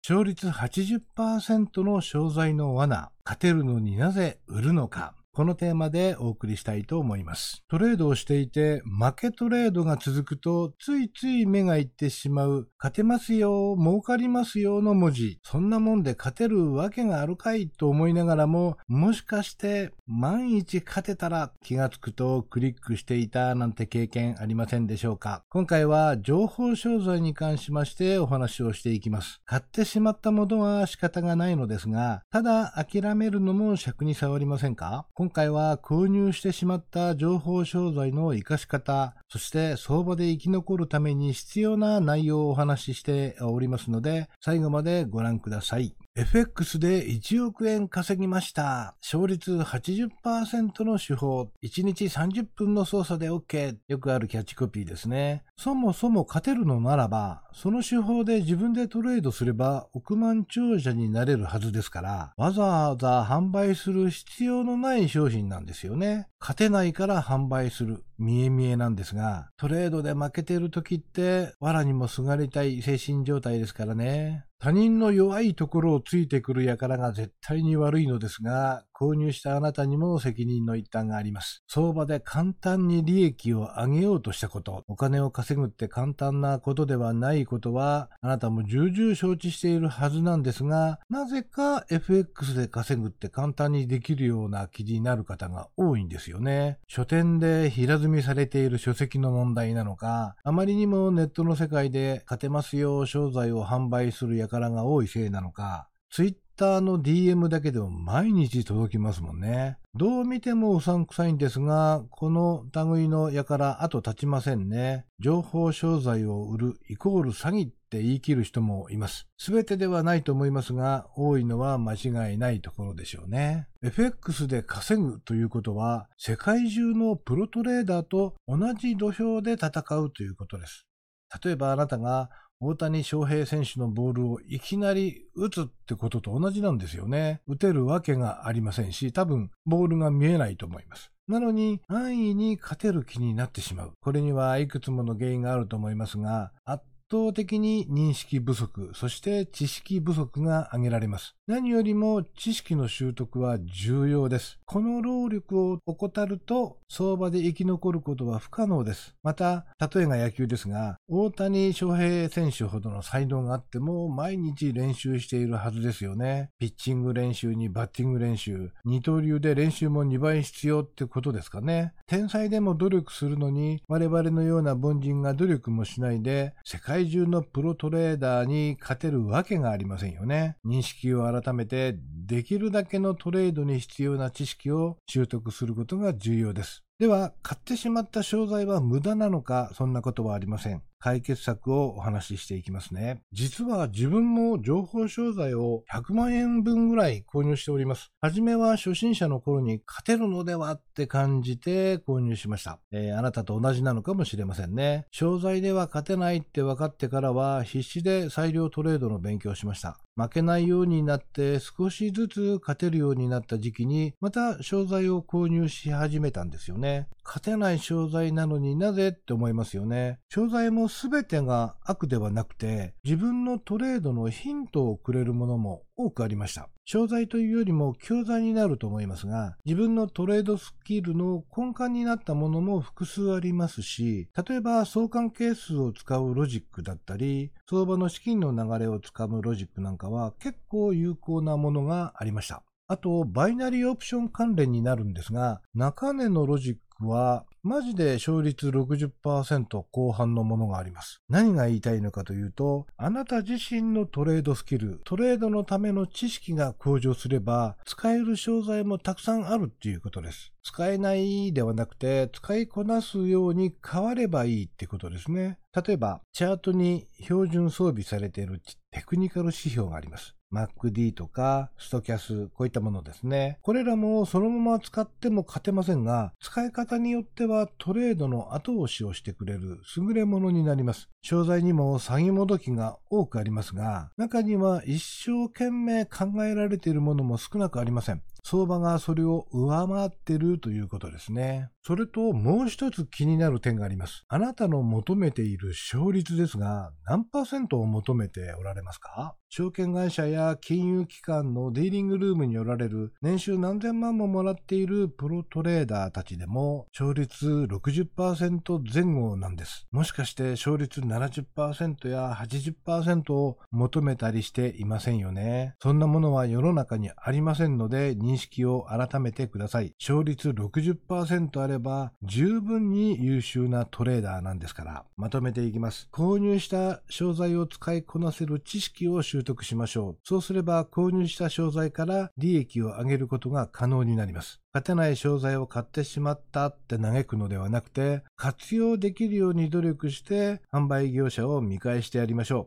勝率 80% の商材の罠、勝てるのになぜ売るのか。このテーマでお送りしたいと思います。トレードをしていて、負けトレードが続くと、ついつい目がいってしまう、勝てますよ、儲かりますよの文字。そんなもんで勝てるわけがあるかいと思いながらも、もしかして万一勝てたら気がつくとクリックしていたなんて経験ありませんでしょうか。今回は情報商材に関しましてお話をしていきます。買ってしまったものは仕方がないのですが、ただ諦めるのも尺に触りませんか。今回は購入してしまった情報商材の活かし方、そして相場で生き残るために必要な内容をお話ししておりますので、最後までご覧ください。FX で1億円稼ぎました。勝率 80% の手法。1日30分の操作で OK。よくあるキャッチコピーですね。そもそも勝てるのならば、その手法で自分でトレードすれば億万長者になれるはずですから、わざわざ販売する必要のない商品なんですよね。勝てないから販売する。見え見えなんですが、トレードで負けている時って、藁にもすがりたい精神状態ですからね。他人の弱いところをついてくる輩が絶対に悪いのですが、購入したあなたにも責任の一端があります。相場で簡単に利益を上げようとしたこと、お金を稼ぐって簡単なことではないことは、あなたも重々承知しているはずなんですが、なぜか FX で稼ぐって簡単にできるような気になる方が多いんですよね。書店で平積みされている書籍の問題なのか、あまりにもネットの世界で勝てますよ商材を販売する輩が多いせいなのか、Twitter の DM だけでも毎日届きますもんね。どう見てもうさんくさいんですが、この類の輩後立ちませんね。情報商材を売るイコール詐欺って言い切る人もいます。すべてではないと思いますが、多いのは間違いないところでしょうね。FX で稼ぐということは、世界中のプロトレーダーと同じ土俵で戦うということです。例えばあなたが大谷翔平選手のボールをいきなり打つってことと同じなんですよね。打てるわけがありませんし、多分ボールが見えないと思います。なのに安易に勝てる気になってしまう。これにはいくつもの原因があると思いますが、圧倒的に認識不足、そして知識不足が挙げられます。何よりも知識の習得は重要です。この労力を怠ると相場で生き残ることは不可能です。また、例えが野球ですが、大谷翔平選手ほどの才能があっても毎日練習しているはずですよね。ピッチング練習にバッティング練習、二刀流で練習も2倍必要ってことですかね。天才でも努力するのに我々のような凡人が努力もしないで世界中のプロトレーダーに勝てるわけがありませんよね。認識を改めてできるだけのトレードに必要な知識を習得することが重要です。では、買ってしまった商材は無駄なのか、そんなことはありません。解決策をお話ししていきますね。実は自分も情報商材を100万円分ぐらい購入しております。はじめは初心者の頃に勝てるのではって感じて購入しました。あなたと同じなのかもしれませんね。商材では勝てないって分かってからは必死で裁量トレードの勉強をしました。負けないようになって少しずつ勝てるようになった時期にまた商材を購入し始めたんですよね。勝てない商材なのになぜって思いますよね。商材も全てが悪ではなくて自分のトレードのヒントをくれるものも多くありました。商材というよりも教材になると思いますが、自分のトレードスキルの根幹になったものも複数ありますし、例えば相関係数を使うロジックだったり、相場の資金の流れをつかむロジックなんかは結構有効なものがありました。あと、バイナリーオプション関連になるんですが、中値のロジックはマジで勝率 60% 後半のものがあります。何が言いたいのかというと、あなた自身のトレードスキル、トレードのための知識が向上すれば、使える商材もたくさんあるっていうことです。使えないではなくて、使いこなすように変わればいいってことですね。例えば、チャートに標準装備されているテクニカル指標があります。MACD とかストキャス、こういったものですね。これらもそのまま使っても勝てませんが、使い方によってはトレードの後押しをしてくれる優れものになります。商材にも詐欺もどきが多くありますが、中には一生懸命考えられているものも少なくありません。相場がそれを上回っているということですね。それともう一つ気になる点があります。あなたの求めている勝率ですが、何%を求めておられますか？ 証券会社や金融機関のディーリングルームにおられる年収何千万ももらっているプロトレーダーたちでも勝率 60% 前後なんです。もしかして勝率 70% や 80% を求めたりしていませんよね。そんなものは世の中にありませんので認識を改めてください。勝率 60% あれば十分に優秀なトレーダーなんですから。まとめていきます。購入した商材を使いこなせる知識を習得しましょう。そうすれば購入した商材から利益を上げることが可能になります。勝てない商材を買ってしまったって嘆くのではなくて、活用できるように努力して販売業者を見返してやりましょう。